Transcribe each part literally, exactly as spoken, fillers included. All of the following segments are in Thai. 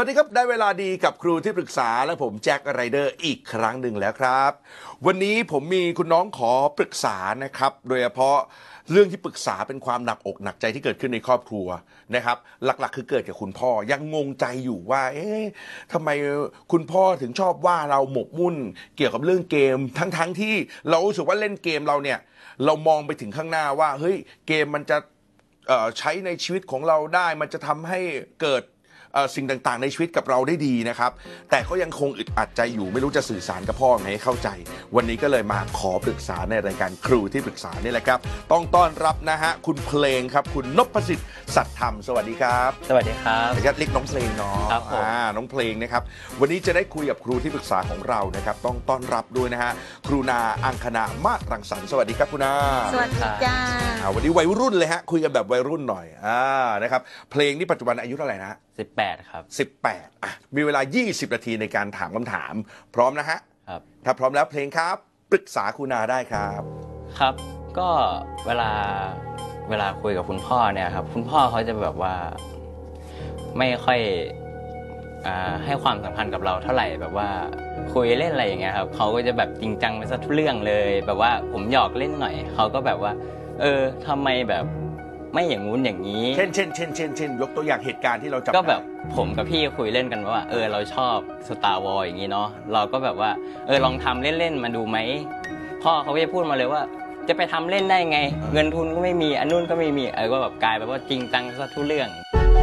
สดีครับได้เวลาดีกับครูที่ปรึกษาและผมแจ็คไรเดอร์อีกครั้งหนึ่งแล้วครับวันนี้ผมมีคุณน้องขอปรึกษานะครับโดยเฉพาะเรื่องที่ปรึกษาเป็นความหนักอกหนักใจที่เกิดขึ้นในครอบครัวนะครับหลักๆคือเกิดกับคุณพ่อยังงงใจอยู่ว่าเอ๊ะทำไมคุณพ่อถึงชอบว่าเราหมกมุ่นเกี่ยวกับเรื่องเกมทั้งๆที่เรารู้สึกว่าเล่นเกมเราเนี่ยเรามองไปถึงข้างหน้าว่าเฮ้ยเกมมันจะใช้ในชีวิตของเราได้มันจะทำให้เกิดสิ่งต่างๆในชีวิตกับเราได้ดีนะครับแต่ก็ยังคงอึดอัดใจอยู่ไม่รู้จะสื่อสารกับพ่อไงให้เข้าใจวันนี้ก็เลยมาขอปรึกษาในรายการครูที่ปรึกษานี่แหละครับต้องต้อนรับนะฮะคุณเพลงครับคุณนพสิทธิ์สัตย์ธรรมสวัสดีครับสวัสดีครับเรียกน้องเพลงเนาะครับผมอ่าน้องเพลงนะครับวันนี้จะได้คุยกับครูที่ปรึกษาของเรานะครับต้องต้อนรับด้วยนะฮะครูนาอังคณามาศรังสรรค์สวัสดีครับคุณนาสวัสดีจ้าวันนี้วัยรุ่นเลยฮะคุยกันแบบวัยรุ่นหน่อยอ่านะครับเพลงนี่ปัจจุบันอายุเท่าไหร่นะสิบแปดครับสิบแปดอ่ะมีเวลายี่สิบนาทีในการถามคำถามพร้อมนะฮะครับถ้าพร้อมแล้วเพลงครับปรึกษาคุณนาได้ครับครับก็เวลาเวลาคุยกับคุณพ่อเนี่ยครับคุณพ่อเขาจะแบบว่าไม่ค่อยอ่าให้ความสำคัญกับเราเท่าไหร่แบบว่าคุยเล่นอะไรอย่างเงี้ยครับเขาก็จะแบบจริงจังไปซะทุกเรื่องเลยแบบว่าผมหยอกเล่นหน่อยเขาก็แบบว่าเออทำไมแบบไม่อย่างงู้นอย่างนี้เช่นเช่นเช่นเช่นเช่นยกตัวอย่างเหตุการณ์ที่เราจับก็แบบผมกับพี่คุยเล่นกันว่าเออเราชอบ Star Wars อย่างนี้เนาะเราก็แบบว่าเออลองทำเล่นๆมาดูไหมพ่อเขาก็จะพูดมาเลยว่าจะไปทำเล่นได้ไงเงินทุนก็ไม่มีอันนู้นก็ไม่มีเออก็แบบกลายแบบว่าจริงจังซะทุกเรื่อง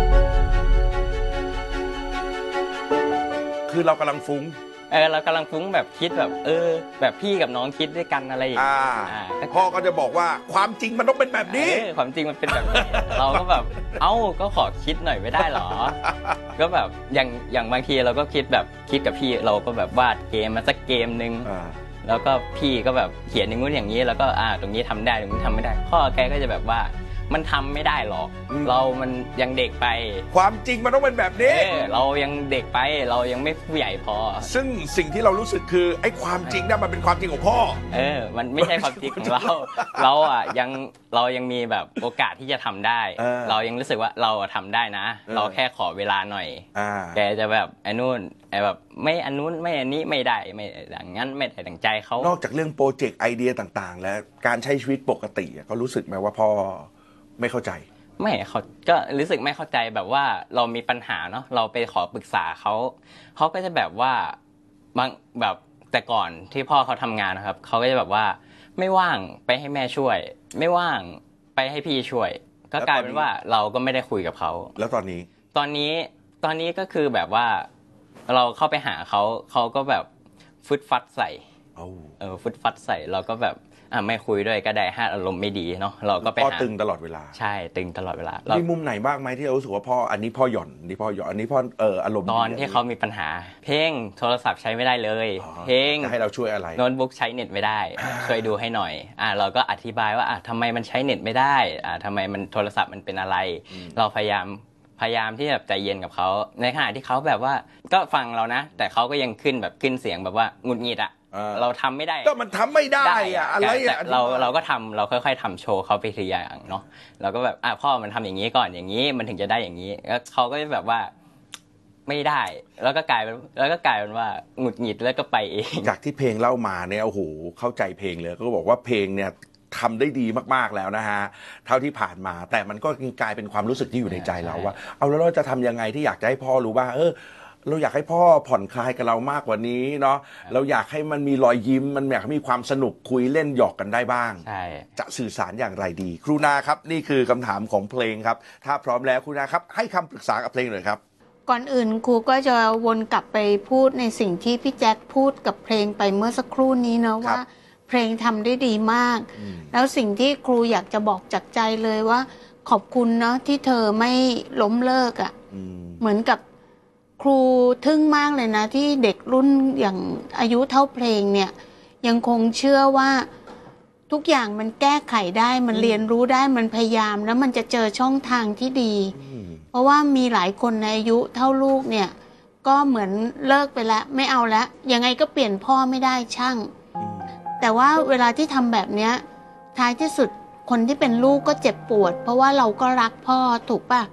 คือเรากำลังฟุ้งเออเรากำลังฟุ้งแบบคิดแบบเออแบบพี่กับน้องคิดด้วยกันอะไรอย่างเงี้ยพ่อก็จะบอกว่าความจริงมันต้องเป็นแบบนี้ความจริงมันเป็นแบบนี้เราก็แบบเอ้าก็ขอคิดหน่อยไม่ได้หรอก็แบบอย่างอย่างบางทีเราก็คิดแบบคิดกับพี่เราก็แบบวาดเกมมาสักเกมนึงแล้วก็พี่ก็แบบเขียนอย่างงู้นอย่างนี้แล้วก็อ่าตรงนี้ทำได้ตรงนี้ทำไม่ได้พ่อแกก็จะแบบว่ามันทำไม่ได้หรอกเรามันยังเด็กไปความจริงมันต้องเป็นแบบนี้เรายังเด็กไปเรายังไม่ผู้ใหญ่พอซึ่งสิ่งที่เรารู้สึกคือไอ้ความจริงนั่นมันเป็นความจริงของพ่อเออมันไม่ใช่ความจริงของเราเราอ่ะยังเรายังมีแบบโอกาสที่จะทำได้เรายังรู้สึกว่าเราทำได้นะเราแค่ขอเวลาหน่อยแกจะแบบไอ้นู่นไอ้แบบไม่อันนู้นไม่อันนี้ไม่ได้ไม่อย่างนั้นไม่ได้ดั่งใจเขานอกจากเรื่องโปรเจกต์ไอเดียต่างๆและการใช้ชีวิตปกติเขารู้สึกไหมว่าพ่อไม่เข้าใจไม่เขาก็รู้สึกไม่เข้าใจแบบว่าเรามีปัญหาเนาะเราไปขอปรึกษาเขาเขาก็จะแบบว่าบางแบบแต่ก่อนที่พ่อเขาทำงานนะครับเขาก็จะแบบว่าไม่ว่างไปให้แม่ช่วยไม่ว่างไปให้พี่ช่วยก็กลายเป็นว่าเราก็ไม่ได้คุยกับเขาแล้วตอนนี้ตอนนี้ตอนนี้ก็คือแบบว่าเราเข้าไปหาเขาเขาก็แบบฟึดฟัดใส่เออฟึดฟัดใส่เราก็แบบอ่ะไม่คุยด้วยก็ได้ฮะอารมณ์ไม่ดีเนาะเราก็ไปหาพ่อตึงตลอดเวลาใช่ตึงตลอดเวลามีมุมไหนบ้างไหมที่เรารู้สึกว่าพ่ออันนี้พ่อหย่อนอันนี้พ่อหย่อนอันนี้พ่อเอออารมณ์ตอนที่เขามีปัญหาเพลงโทรศัพท์ใช้ไม่ได้เลยเพลงจะให้เราช่วยอะไรโน้ตบุ๊กใช้เน็ตไม่ได้ช่วยดูให้หน่อยอ่ะเราก็อธิบายว่าอ่ะทำไมมันใช้เน็ตไม่ได้อ่ะทำไมมันโทรศัพท์มันเป็นอะไรเราพยายามพยายามที่แบบใจเย็นกับเขาในขณะที่เขาแบบว่าก็ฟังเรานะแต่เขาก็ยังขึ้นแบบขึ้นเสียงแบบว่าหงุดหงิดอ่ะเราทำไม่ได้ก็มันทำไม่ได้อะอะไรอะเราเราก็ทำเราค่อยๆทำโชว์เขาไปทีอย่างเนาะเราก็แบบอ่ะพ่อมันทำอย่างนี้ก่อนอย่างนี้มันถึงจะได้อย่างนี้แล้วเขาก็จะแบบว่าไม่ได้แล้วก็กลายเป็นแล้วก็กลายเป็นว่าหงุดหงิดแล้วก็ไปเองจากที่เพลงเล่ามาเนี่ยโอ้โหเข้าใจเพลงเลยก็บอกว่าเพลงเนี่ยทำได้ดีมากๆแล้วนะฮะเท่าที่ผ่านมาแต่มันก็กลายเป็นความรู้สึกที่อยู่ในใจเราว่าเอาแล้วเราจะทำยังไงที่อยากจะให้พ่อรู้ว่าเออเราอยากให้พ่อผ่อนคลายกับเรามากกว่านี้เนาะเราอยากให้มันมีรอยยิ้มมันอยากให้มีความสนุกคุยเล่นหยอกกันได้บ้างจะสื่อสารอย่างไรดีครูนาครับนี่คือคำถามของเพลงครับถ้าพร้อมแล้วครูนาครับให้คำปรึกษากับเพลงหน่อยครับก่อนอื่นครูก็จะวนกลับไปพูดในสิ่งที่พี่แจ็คพูดกับเพลงไปเมื่อสักครู่นี้เนาะว่าเพลงทำได้ดีมากแล้วสิ่งที่ครูอยากจะบอกจากใจเลยว่าขอบคุณเนาะที่เธอไม่ล้มเลิกอ่ะเหมือนกับครูทึ่งมากเลยนะที่เด็กรุ่นอย่างอายุเท่าเพลงเนี่ยยังคงเชื่อว่าทุกอย่างมันแก้ไขได้มันเรียนรู้ได้มันพยายามแล้วมันจะเจอช่องทางที่ดีเพราะว่ามีหลายคนในอายุเท่าลูกเนี่ยก็เหมือนเลิกไปแล้วไม่เอาแล้วยังไงก็เปลี่ยนพ่อไม่ได้ช่างแต่ว่าเวลาที่ทำแบบเนี้ยท้ายที่สุดคนที่เป็นลูกก็เจ็บปวดเพราะว่าเราก็รักพ่อถูกป่ะ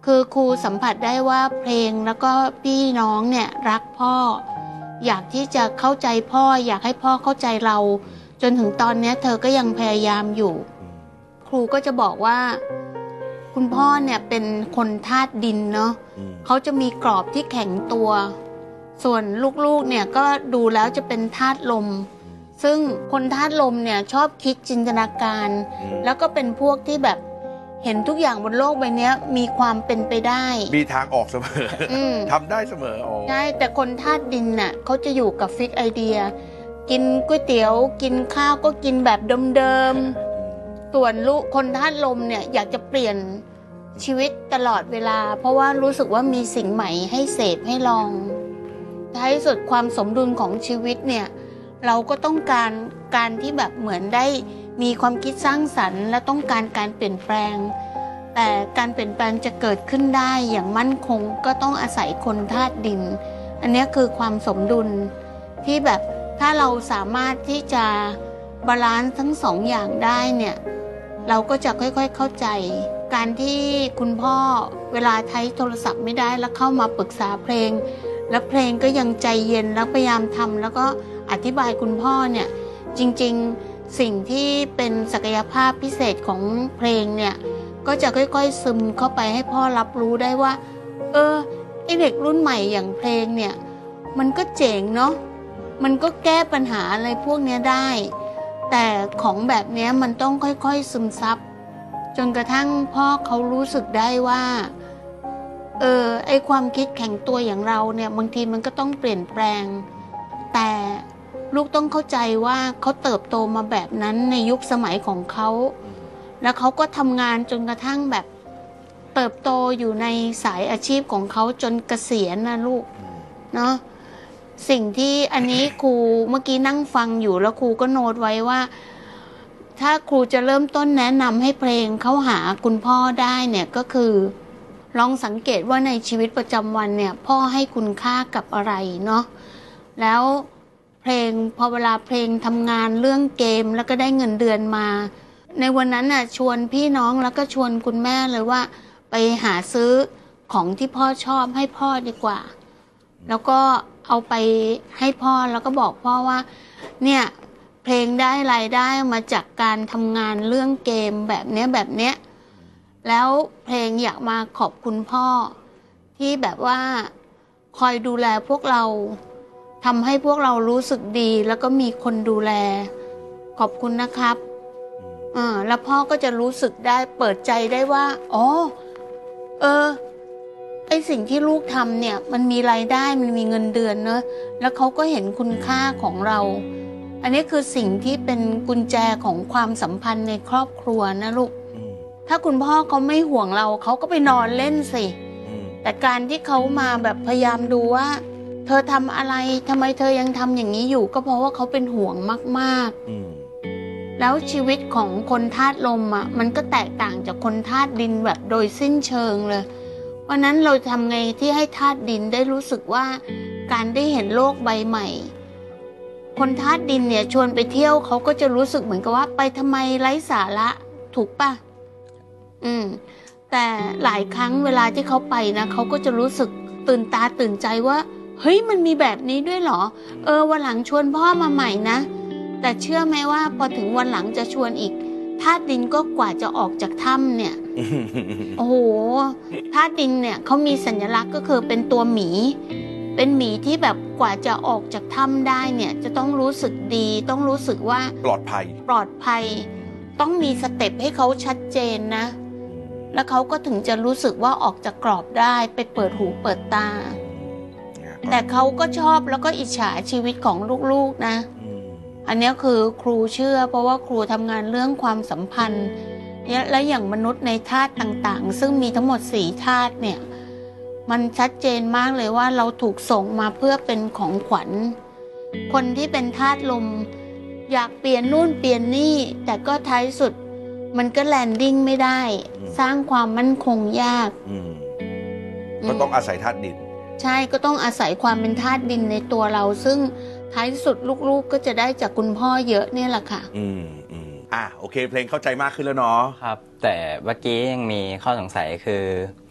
คือครูสัมผัสได้ว่าเพลงแล้วก็พี่น้องเนี่ยรักพ่ออยากที่จะเข้าใจพ่ออยากให้พ่อเข้าใจเราจนถึงตอนนี้เธอก็ยังพยายามอยู่ครูก็จะบอกว่าคุณพ่อเนี่ยเป็นคนธาตุดินเนาะเขาจะมีกรอบที่แข็งตัวส่วนลูกๆเนี่ยก็ดูแล้วจะเป็นธาตุลมซึ่งคนธาตุลมเนี่ยชอบคิดจินตนาการแล้วก็เป็นพวกที่แบบเห็นทุกอย่างบนโลกใบนี้มีความเป็นไปได้มีทางออกเสมอทำได้เสมอใช่แต่คนธาตุดินน่ะเขาจะอยู่กับฟิกไอเดียกินก๋วยเตี๋ยวกินข้าวก็กินแบบเดิมๆส่วนลูกคนธาตุลมเนี่ยอยากจะเปลี่ยนชีวิตตลอดเวลาเพราะว่ารู้สึกว่ามีสิ่งใหม่ให้เสพให้ลองท้ายสุดความสมดุลของชีวิตเนี่ยเราก็ต้องการการที่แบบเหมือนได้มีความคิดสร้างสรรค์และต้องการการเปลี่ยนแปลงแต่การเปลี่ยนแปลงจะเกิดขึ้นได้อย่างมั่นคงก็ต้องอาศัยคนธาตุดินอันนี้คือความสมดุลที่แบบถ้าเราสามารถที่จะบาลานซ์ทั้งสองอย่างได้เนี่ยเราก็จะค่อยๆเข้าใจการที่คุณพ่อเวลาใช้โทรศัพท์ไม่ได้แล้วเข้ามาปรึกษาเพลงแล้วเพลงก็ยังใจเย็นแล้วพยายามทำแล้วก็อธิบายคุณพ่อเนี่ยจริงๆสิ่งที่เป็นศักยภาพพิเศษของเพลงเนี่ยก็จะค่อยๆซึมเข้าไปให้พ่อรับรู้ได้ว่าเออไอเด็กรุ่นใหม่อย่างเพลงเนี่ยมันก็เจ๋งเนาะมันก็แก้ปัญหาอะไรพวกนี้ได้แต่ของแบบนี้มันต้องค่อยๆซึมซับจนกระทั่งพ่อเขารู้สึกได้ว่าเออไอความคิดแข็งตัวอย่างเราเนี่ยบางทีมันก็ต้องเปลี่ยนแปลงแต่ลูกต้องเข้าใจว่าเขาเติบโตมาแบบนั้นในยุคสมัยของเขาแล้วเขาก็ทำงานจนกระทั่งแบบเติบโตอยู่ในสายอาชีพของเขาจนเกษียณนะลูกเนาะสิ่งที่อันนี้ครูเมื่อกี้นั่งฟังอยู่แล้วครูก็โน้ตไว้ว่าถ้าครูจะเริ่มต้นแนะนำให้เพลงเข้าหาคุณพ่อได้เนี่ยก็คือลองสังเกตว่าในชีวิตประจำวันเนี่ยพ่อให้คุณค่ากับอะไรเนาะแล้วเพลงพอเวลาเพลงทำงานเรื่องเกมแล้วก็ได้เงินเดือนมาในวันนั้นน่ะชวนพี่น้องแล้วก็ชวนคุณแม่เลยว่าไปหาซื้อของที่พ่อชอบให้พ่อดีกว่าแล้วก็เอาไปให้พ่อแล้วก็บอกพ่อว่าเนี่ยเพลงได้รายได้มาจากการทำงานเรื่องเกมแบบเนี้ยแบบเนี้ยแล้วเพลงอยากมาขอบคุณพ่อที่แบบว่าคอยดูแลพวกเราทำให้พวกเรารู้สึกดีแล้วก็มีคนดูแลขอบคุณนะครับอ่าแล้วพ่อก็จะรู้สึกได้เปิดใจได้ว่าอ๋อเออไอสิ่งที่ลูกทำเนี่ยมันมีรายได้มันมีเงินเดือนเนอะแล้วเขาก็เห็นคุณค่าของเราอันนี้คือสิ่งที่เป็นกุญแจของความสัมพันธ์ในครอบครัวนะลูกถ้าคุณพ่อเขาไม่ห่วงเราเขาก็ไปนอนเล่นสิแต่การที่เขามาแบบพยายามดูว่าเธอทำอะไรทำไมเธอยังทำอย่างนี้อยู่ก็เพราะว่าเขาเป็นห่วงมากๆแล้วชีวิตของคนธาตุลมอ่ะมันก็แตกต่างจากคนธาตุดินแบบโดยสิ้นเชิงเลยเพราะนั้นเราทำไงที่ให้ธาตุดินได้รู้สึกว่าการได้เห็นโลกใบใหม่คนธาตุดินเนี่ยชวนไปเที่ยวเขาก็จะรู้สึกเหมือนกับว่าไปทำไมไร้สาระถูกป่ะอืมแต่หลายครั้งเวลาที่เขาไปนะเขาก็จะรู้สึกตื่นตาตื่นใจว่าเฮ้ยมันมีแบบนี้ด้วยเหรอเออวันหลังชวนพ่อมาใหม่นะแต่เชื่อไหมว่าพอถึงวันหลังจะชวนอีกธาตุดินก็กว่าจะออกจากถ้ำเนี่ย โอ้โหธาตุดินเนี่ยเขามีสัญลักษณ์ก็คือเป็นตัวหมีเป็นหมีที่แบบกว่าจะออกจากถ้ำได้เนี่ยจะต้องรู้สึกดีต้องรู้สึกว่าปลอดภัยปลอดภัยต้องมีสเต็ปให้เขาชัดเจนนะแล้วเขาก็ถึงจะรู้สึกว่าออกจากกรอบได้ไปเปิดหูเปิดตาแต่เขาก็ชอบแล้วก็อิจฉาชีวิตของลูกๆนะอันนี้คือครูเชื่อเพราะว่าครูทำงานเรื่องความสัมพันธ์และอย่างมนุษย์ในธาตุต่างๆซึ่งมีทั้งหมดสี่ธาตุเนี่ยมันชัดเจนมากเลยว่าเราถูกส่งมาเพื่อเป็นของขวัญคนที่เป็นธาตุลมอยากเปลี่ยนนู่นเปลี่ยนนี่แต่ก็ท้ายสุดมันก็แลนดิ้งไม่ได้สร้างความมั่นคงยากก็ต้องอาศัยธาตุดินใช่ก็ต้องอาศัยความเป็นธาตุดินในตัวเราซึ่งท้ายสุดลูกๆก็จะได้จากคุณพ่อเยอะเนี่ยแหละค่ะอืมอืมอ่ะโอเคเพลงเข้าใจมากขึ้นแล้วเนาะครับแต่เมื่อกี้ยังมีข้อสงสัยคือ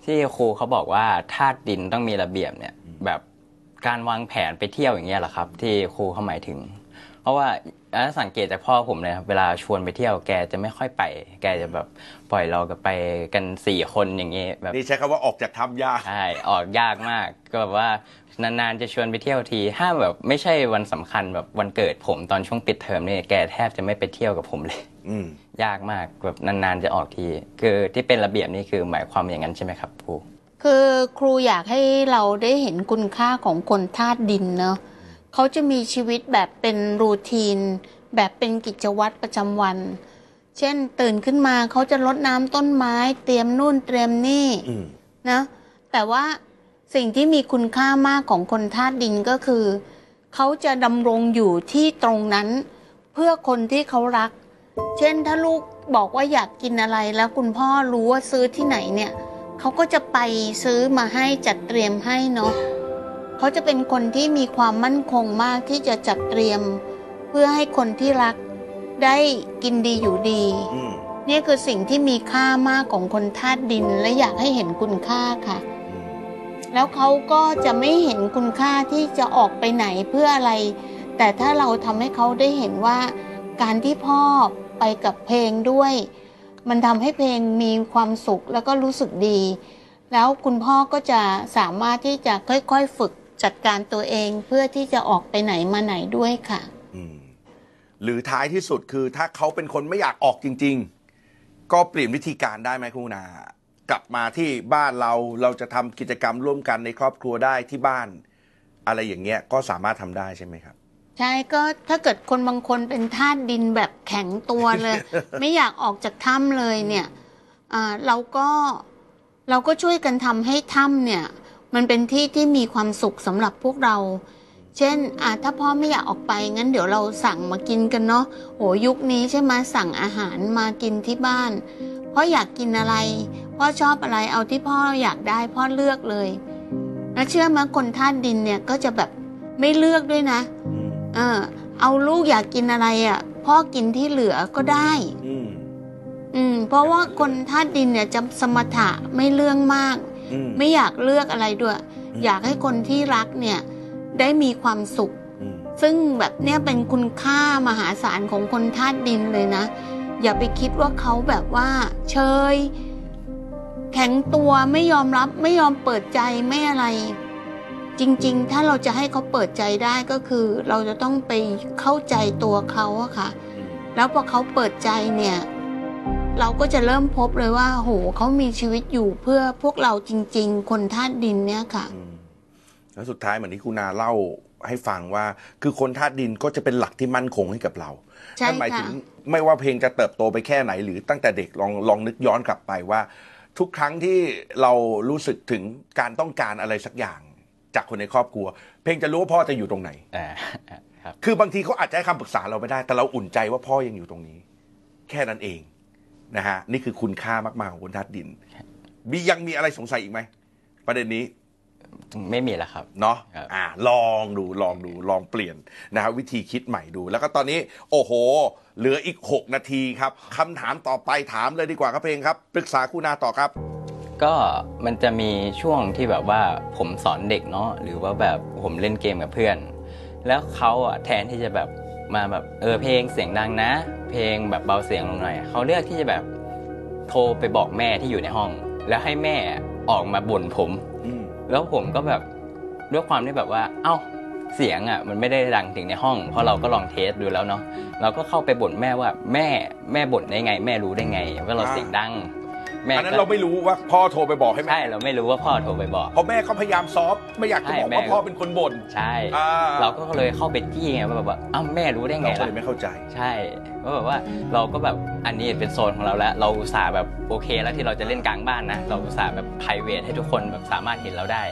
ที่ครูเขาบอกว่าธาตุดินต้องมีระเบียบเนี่ยแบบการวางแผนไปเที่ยวอย่างเงี้ยเหรอครับที่ครูเขาหมายถึงเพราะว่าสังเกตจากพ่อผมเลยครับเวลาชวนไปเที่ยวแกจะไม่ค่อยไปแกจะแบบปล่อยเรากันไปกันสี่คนอย่างเงี้ยแบบนี่ใช้คำว่าออกจากถ้ำยากใช่ออกยากมากก็แบบว่านานๆจะชวนไปเที่ยวทีถ้าแบบไม่ใช่วันสำคัญแบบวันเกิดผมตอนช่วงปิดเทอมนี่แกแทบจะไม่ไปเที่ยวกับผมเลยยากมากแบบนานๆจะออกทีคือที่เป็นระเบียบนี่คือหมายความอย่างนั้นใช่ไหมครับครูคือครูอยากให้เราได้เห็นคุณค่าของคนธาตุดินเนาะเขาจะมีชีวิตแบบเป็นรูทีนแบบเป็นกิจวัตรประจำวันเช่นตื่นขึ้นมาเขาจะรดน้ำต้นไม้เตรียมนู่นเตรียมนี่นะแต่ว่าสิ่งที่มีคุณค่ามากของคนธาตุดินก็คือเขาจะดำรงอยู่ที่ตรงนั้นเพื่อคนที่เขารักเช่นถ้าลูกบอกว่าอยากกินอะไรแล้วคุณพ่อรู้ว่าซื้อที่ไหนเนี่ยเขาก็จะไปซื้อมาให้จัดเตรียมให้เนาะเขาจะเป็นคนที่มีความมั่นคงมากที่จะจัดเตรียมเพื่อให้คนที่รักได้กินดีอยู่ดีนี่คือสิ่งที่มีค่ามากของคนธาตุดินและอยากให้เห็นคุณค่าค่ะแล้วเขาก็จะไม่เห็นคุณค่าที่จะออกไปไหนเพื่ออะไรแต่ถ้าเราทำให้เขาได้เห็นว่าการที่พ่อไปกับเพลงด้วยมันทำให้เพลงมีความสุขแล้วก็รู้สึกดีแล้วคุณพ่อก็จะสามารถที่จะค่อยๆฝึกจัดการตัวเองเพื่อที่จะออกไปไหนมาไหนด้วยค่ะหรือท้ายที่สุดคือถ้าเขาเป็นคนไม่อยากออกจริงๆก็เปลี่ยนวิธีการได้ไหมครูนากลับมาที่บ้านเราเราจะทำกิจกรรมร่วมกันในครอบครัวได้ที่บ้านอะไรอย่างเงี้ยก็สามารถทำได้ใช่ไหมครับใช่ก็ถ้าเกิดคนบางคนเป็นธาตุดินแบบแข็งตัวเลย ไม่อยากออกจากถ้ำเลยเนี่ยเราก็เราก็ช่วยกันทำให้ถ้ำเนี่ยมันเป็นที่ที่มีความสุขสำหรับพวกเราเช่นถ้าพ่อไม่อยากออกไปงั้นเดี๋ยวเราสั่งมากินกันเนาะโหยุคนี้ใช่ไหมสั่งอาหารมากินที่บ้านพ่ออยากกินอะไรพ่อชอบอะไรเอาที่พ่ออยากได้พ่อเลือกเลยแล้วเชื่อไหมคนธาตุดินเนี่ยก็จะแบบไม่เลือกด้วยนะเออเอาลูกอยากกินอะไรอ่ะพ่อกินที่เหลือก็ได้อืมเพราะว่าคนธาตุดินเนี่ยจะสมถะไม่เรื่องมากไม่อยากเลือกอะไรด้วยอยากให้คนที่รักเนี่ยได้มีความสุขซึ่งแบบเนี้ยเป็นคุณค่ามหาศาลของคนธาตุดินเลยนะอย่าไปคิดว่าเขาแบบว่าเชยแข็งตัวไม่ยอมรับไม่ยอมเปิดใจไม่อะไรจริงๆถ้าเราจะให้เขาเปิดใจได้ก็คือเราจะต้องไปเข้าใจตัวเขาอะค่ะแล้วพอเขาเปิดใจเนี่ยเราก็จะเริ่มพบเลยว่าโหเขามีชีวิตอยู่เพื่อพวกเราจริงๆคนธาตุดินเนี่ยค่ะแล้วสุดท้ายเหมือนที่คุณนาเล่าให้ฟังว่าคือคนธาตุดินก็จะเป็นหลักที่มั่นคงให้กับเรานั่นหมายถึงไม่ว่าเพลงจะเติบโตไปแค่ไหนหรือตั้งแต่เด็กลองลองนึกย้อนกลับไปว่าทุกครั้งที่เรารู้สึกถึงการต้องการอะไรสักอย่างจากคนในครอบครัวเพลงจะรู้ว่าพ่อจะอยู่ตรงไหนคือบางทีเขาอาจจะให้คำปรึกษาเราไม่ได้แต่เราอุ่นใจว่าพ่อยังอยู่ตรงนี้แค่นั้นเองนะฮะนี่คือคุณค่ามากๆของคนธาตุดินมียังมีอะไรสงสัยอีกไหมประเด็นนี้ไม่มีแล้วครับเนาะอ่าลองดูลองดูลองเปลี่ยนนะฮะวิธีคิดใหม่ดูแล้วก็ตอนนี้โอ้โหเหลืออีกหกนาทีครับคำถามต่อไปถามเลยดีกว่าครับเพลงครับปรึกษาครูนาต่อครับก็มันจะมีช่วงที่แบบว่าผมสอนเด็กเนาะหรือว่าแบบผมเล่นเกมกับเพื่อนแล้วเขาอ่ะแทนที่จะแบบมาแบบเออเพลงเสียงดังนะเพลงแบบเบาเสียงลงหน่อยเขาเลือกที่จะแบบโทรไปบอกแม่ที่อยู่ในห้องแล้วให้แม่ออกมาบ่นผมแล้วผมก็แบบด้วยความที่แบบว่าเอ้าเสียงอ่ะมันไม่ได้ดังถึงในห้องเพราะเราก็ลองเทสดูแล้วเนาะเราก็เข้าไปบ่นแม่ว่าแม่แม่บ่นได้ไงแม่รู้ได้ไงว่าเราเสียงดังอันนั้นเราไม่รู้ว่าพ่อโทรไปบอกให้แม่ใช่เราไม่รู้ว่าพ่อโทรไปบอกเพราะแม่เขาพยายามซอฟไม่อยากจะบอกว่าพ่อเป็นคนบ่นใช่เราก็เลยเข้าไปจี้ไงว่าแบบว่าอ้าวแม่รู้ได้ไงเราเลยไม่เข้าใจใช่ว่าแบบว่าเราก็แบบอันนี้เป็นโซนของเราแล้วเราอุตส่าห์แบบโอเคแล้วที่เราจะเล่นกลางบ้านนะเราอุตส่าห์แบบไพรเวทให้ทุกคนแบบสามารถเห็นเราได้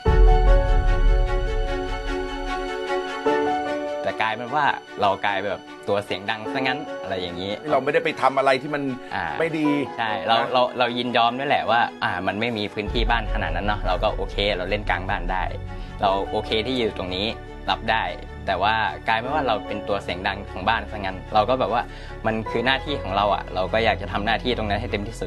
แต่กลายเป็นว่าเรากลายแบบตัวเสียงดังซะงั้นอะไรอย่างนี้เราไม่ได้ไปทำอะไรที่มันไม่ดีใช่เราเราเรายินยอมด้วยแหละว่าอ่ามันไม่มีพื้นที่บ้านขนาดนั้นเนาะเราก็โอเคเราเล่นกลางบ้านได้เราโอเคที่อยู่ตรงนี้รับได้แต่ว่ากลายเป็นว่าเราเป็นตัวเสียงดังของบ้านซะงั้นเราก็แบบว่ามันคือหน้าที่ของเราอ่ะเราก็อยากจะทำหน้าที่ตรงนั้นให้เต็มที่สุด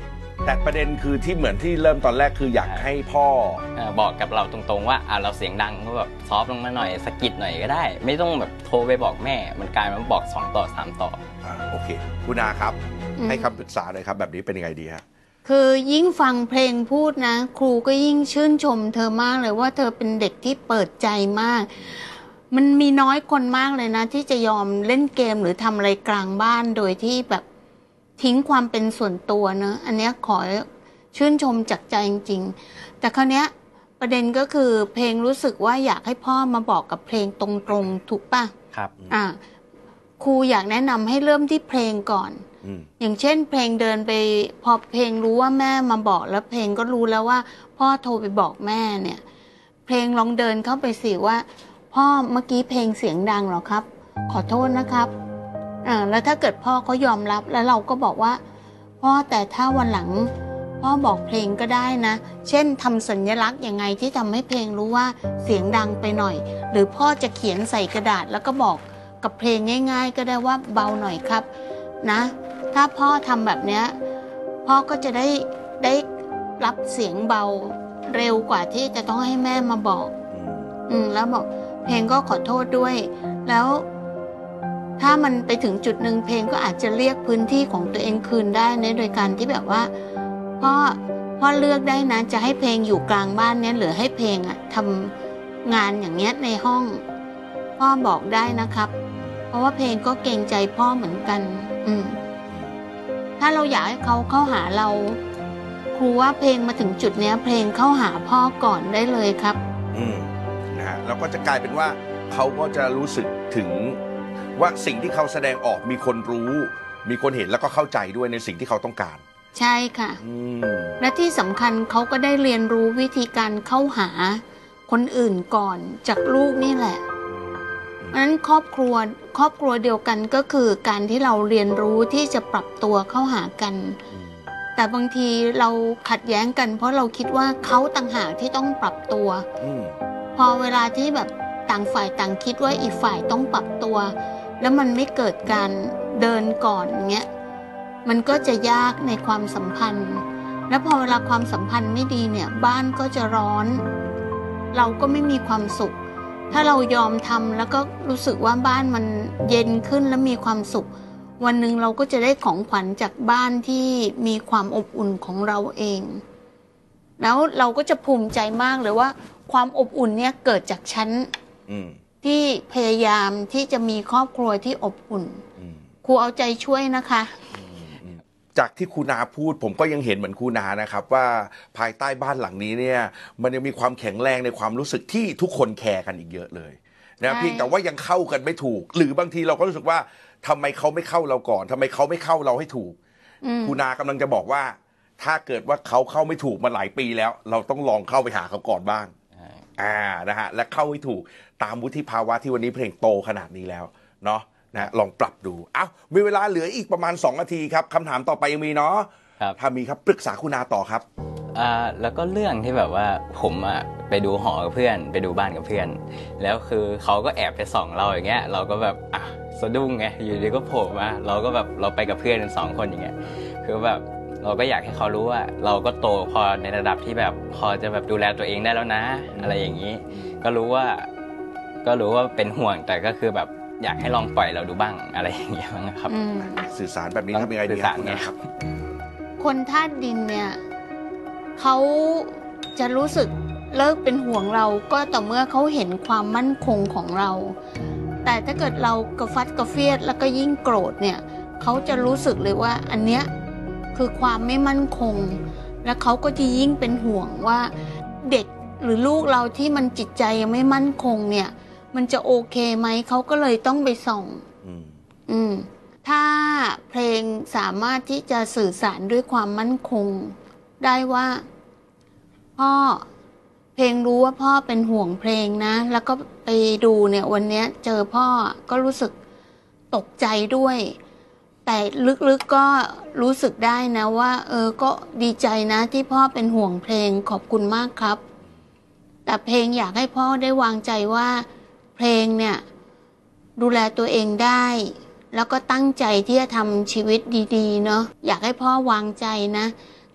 แต่ประเด็นคือที่เหมือนที่เริ่มตอนแรกคืออยากให้พ่อเอ่อบอกกับเราตรงๆว่าอ่ะเราเสียงดังก็แบบซอฟต์ลงมาหน่อยสะกิดหน่อยก็ได้ ไม่ต้องแบบโทรไปบอกแม่มันกลายมาบอกสองต่อสามต่ออ่าโอเคคุณอาครับอืมให้คำปรึกษาหน่อยครับแบบนี้เป็นยังไงดีฮะคือยิ่งฟังเพลงพูดนะ ครูก็ยิ่งชื่นชมเธอมากเลยว่าเธอเป็นเด็กที่เปิดใจมาก มันมีน้อยคนมากเลยนะ ที่จะยอมเล่นเกมหรือทำอะไรกลางบ้านโดยที่แบบทิ้งความเป็นส่วนตัวเนอะอันเนี้ยขอชื่นชมจากใจจริงๆแต่คราวเนี้ยประเด็นก็คือเพลงรู้สึกว่าอยากให้พ่อมาบอกกับเพลงตรงๆถูกป่ะครับอ่าครูอยากแนะนำให้เริ่มที่เพลงก่อนอืมอย่างเช่น เพลงเดินไปพอเพลงรู้ว่าแม่มาบอกแล้วเพลงก็รู้แล้วว่า พ่อโทรไปบอกแม่เนี่ย เพลงลองเดินเข้าไปสิว่า พ่อเมื่อกี้เพลงเสียงดังเหรอครับ ขอโทษนะครับอ่าแล้วถ้าเกิดพ่อเขายอมรับแล้วเราก็บอกว่า พ่อแต่ถ้าวันหลัง พ่อบอกเพลงก็ได้นะ เช่นทำสัญลักษณ์ยังไงที่ทำให้เพลงรู้ว่าเสียงดังไปหน่อย หรือพ่อจะเขียนใส่กระดาษแล้วก็บอกกับเพลงง่าย ๆ ก็ได้ว่าเบาหน่อยครับนะ ถ้าพ่อทำแบบเนี้ยพ่อก็จะได้ได้รับเสียงเบาเร็วกว่าที่จะต้องให้แม่มาบอกอืมอืมแล้วบอกเพลงก็ขอโทษด้วย แล้ว ถ้ามันไปถึงจุดหนึ่งเพลงก็อาจจะเรียกพื้นที่ของตัวเองคืนได้นะโดยการที่แบบว่าพ่อพ่อเลือกได้นะ จะให้เพลงอยู่กลางบ้านเนี้ยหรือให้เพลงอะทำงานอย่างเงี้ยในห้อง พ่อบอกได้นะครับ เพราะว่าเพลงก็เกรงใจพ่อเหมือนกัน อืม ถ้าเราอยากให้เขาเข้าหาเรา ครูว่าเพลงมาถึงจุดเนี้ย เพลงเข้าหาพ่อก่อนได้เลยครับอืมนะฮะแล้วก็จะกลายเป็นว่าเขาก็จะรู้สึกถึงว่าสิ่งที่เขาแสดงออกมีคนรู้ มีคนเห็นแล้วก็เข้าใจด้วยในสิ่งที่เขาต้องการใช่ค่ะอืมและที่สำคัญเขาก็ได้เรียนรู้วิธีการเข้าหาคนอื่นก่อนจากลูกนี่แหละ เพราะฉะนั้นครอบครัวครอบครัวเดียวกันก็คือการที่เราเรียนรู้ที่จะปรับตัวเข้าหากัน แต่บางทีเราขัดแย้งกัน เพราะเราคิดว่าเขาต่างหากที่ต้องปรับตัวอืมพอเวลาที่แบบต่างฝ่ายต่างคิดว่าอีกฝ่ายต้องปรับตัว แล้วมันไม่เกิดการเดินก่อนเงี้ยมันก็จะยากในความสัมพันธ์ แล้วพอเวลาความสัมพันธ์ไม่ดีเนี่ยบ้านก็จะร้อน เราก็ไม่มีความสุข ถ้าเรายอมทำแล้วก็รู้สึกว่าบ้านมันเย็นขึ้นและมีความสุข วันหนึ่งเราก็จะได้ของขวัญจากบ้านที่มีความอบอุ่นของเราเอง แล้วเราก็จะภูมิใจมากเลยว่าความอบอุ่นเนี่ยเกิดจากฉันอืมที่พยายามที่จะมีครอบครัวที่อบอุ่นอืมครูเอาใจช่วยนะคะจากที่ครูนาพูดผมก็ยังเห็นเหมือนครูนานะครับว่าภายใต้บ้านหลังนี้เนี่ยมันยังมีความแข็งแรงในความรู้สึกที่ทุกคนแคร์กันอีกเยอะเลยนะใช่เพียงแต่ว่ายังเข้ากันไม่ถูก หรือบางทีเราก็รู้สึกว่าทำไมเขาไม่เข้าเราก่อนทำไมเขาไม่เข้าเราให้ถูกอืมครูนากำลังจะบอกว่า ถ้าเกิดว่าเขาเข้าไม่ถูกมาหลายปีแล้ว เราต้องลองเข้าไปหาเขาก่อนบ้างอ่านะฮะและเข้าให้ถูกตามวุฒิภาวะที่วันนี้เพลงโตขนาดนี้แล้วเนาะนะลองปรับดูเอ้ามีเวลาเหลืออีกประมาณสองนาทีครับคำถามต่อไปยังมีเนาะครับถ้ามีครับปรึกษาคุณนาต่อครับอ่าแล้วก็เรื่องที่แบบว่าผมอ่ะไปดูหอกับเพื่อน ไปดูบ้านกับเพื่อน แล้วคือเขาก็แอบไปส่องเราอย่างเงี้ยเราก็แบบอ่ะสะดุ้งไงอยู่ดีก็โผล่มาเราก็แบบเราไปกับเพื่อนกันสองคนอย่างเงี้ยคือแบบเราก็อยากให้เขารู้ว่า เราก็โตพอในระดับที่แบบพอจะแบบดูแลตัวเองได้แล้วนะ อะไรอย่างนี้ ก็รู้ว่า ก็รู้ว่าเป็นห่วงแต่ก็คือแบบอยากให้ลองปล่อยเราดูบ้างอะไรอย่างเงี้ยบ้างครับอืมสื่อสารแบบนี้ทำยังไงดีสื่อสารคุณไงนาครับคนธาตุดินเนี่ยเขาจะรู้สึกเลิกเป็นห่วงเราก็ต่อเมื่อเขาเห็นความมั่นคงของเรา แต่ถ้าเกิดเรากระฟัดกระเฟียดแล้วก็ยิ่งโกรธเนี่ยเขาจะรู้สึกเลยว่าอันเนี้ยคือความไม่มั่นคง และเขาก็จะยิ่งเป็นห่วงว่าเด็กหรือลูกเราที่มันจิตใจยังไม่มั่นคงเนี่ยมันจะโอเคไหมเขาก็เลยต้องไปส่องอืมอืมถ้าเพลงสามารถที่จะสื่อสารด้วยความมั่นคง ได้ว่า พ่อเพลงรู้ว่าพ่อเป็นห่วงเพลงนะ แล้วก็ไปดูเนี่ยวันเนี้ยเจอพ่อก็รู้สึกตกใจด้วย แต่ลึกๆก็รู้สึกได้นะว่า เออก็ดีใจนะที่พ่อเป็นห่วงเพลงขอบคุณมากครับ แต่เพลงอยากให้พ่อได้วางใจว่า เพลงเนี่ยดูแลตัวเองได้ แล้วก็ตั้งใจที่จะทำชีวิตดีๆเนาะอยากให้พ่อวางใจนะ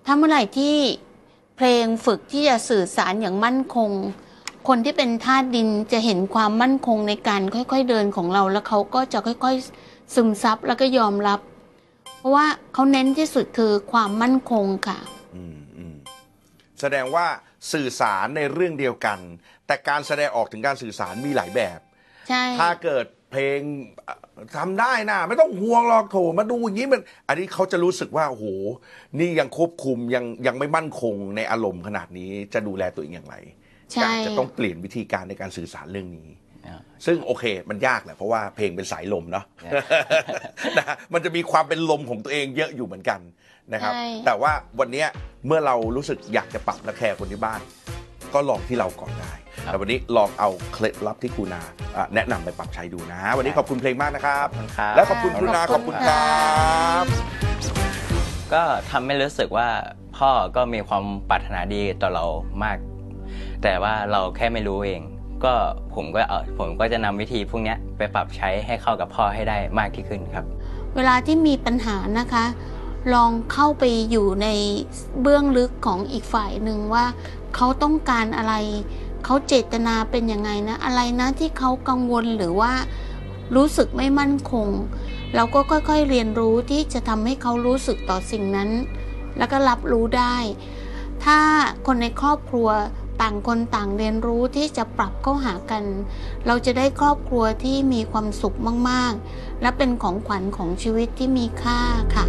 ถ้าเมื่อไหร่ที่เพลงฝึกที่จะสื่อสารอย่างมั่นคงคนที่เป็นธาตุดินจะเห็นความมั่นคงในการค่อยๆเดินของเราแล้วเขาก็จะค่อยๆซึมซับแล้วก็ยอมรับเพราะว่าเขาเน้นที่สุดคือความมั่นคงค่ะอืมอืมแสดงว่าสื่อสารในเรื่องเดียวกันแต่การแสดงออกถึงการสื่อสารมีหลายแบบใช่ถ้าเกิดเพลงทำได้นะไม่ต้องห่วงหรอกโถมาดูอย่างนี้มันอันนี้เขาจะรู้สึกว่าโอ้โหนี่ยังควบคุมยังยังไม่มั่นคงในอารมณ์ขนาดนี้จะดูแลตัวเองอย่างไรจะต้องเปลี่ยนวิธีการในการสื่อสารเรื่องนี้ซึ่งโอเคมันยากแหละเพราะว่าเพลงเป็นสายลมเนาะนะมันจะมีความเป็นลมของตัวเองเยอะอยู่เหมือนกันนะครับแต่ว่าวันนี้เมื่อเรารู้สึกอยากจะปรับและแคร์คนที่บ้านก็ลองที่เราก่อนได้แต่วันนี้ลองเอาเคล็ดลับที่ครูนาแนะนำไปปรับใช้ดูนะวันนี้ขอบคุณเพลงมากนะครับและขอบคุณครูนาขอบคุณครับก็ทำให้รู้สึกว่าพ่อก็มีความปรารถนาดีต่อเรามากแต่ว่าเราแค่ไม่รู้เองก็ผมก็เอาผมก็จะนำวิธีพวกนี้ไปปรับใช้ให้เข้ากับพ่อให้ได้มากที่ขึ้นครับเวลาที่มีปัญหานะคะลองเข้าไปอยู่ในเบื้องลึกของอีกฝ่ายหนึ่งว่าเขาต้องการอะไรเขาเจตนาเป็นยังไงนะอะไรนะที่เขากังวลหรือว่ารู้สึกไม่มั่นคงเราก็ค่อยๆเรียนรู้ที่จะทำให้เขารู้สึกต่อสิ่งนั้นแล้วก็รับรู้ได้ถ้าคนในครอบครัวต่างคนต่างเรียนรู้ที่จะปรับเข้าหากันเราจะได้ครอบครัวที่มีความสุขมากๆและเป็นของขวัญของชีวิตที่มีค่าค่ะ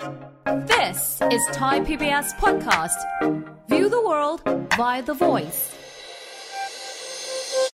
This is Thai พี บี เอส podcast. View the world via The Voice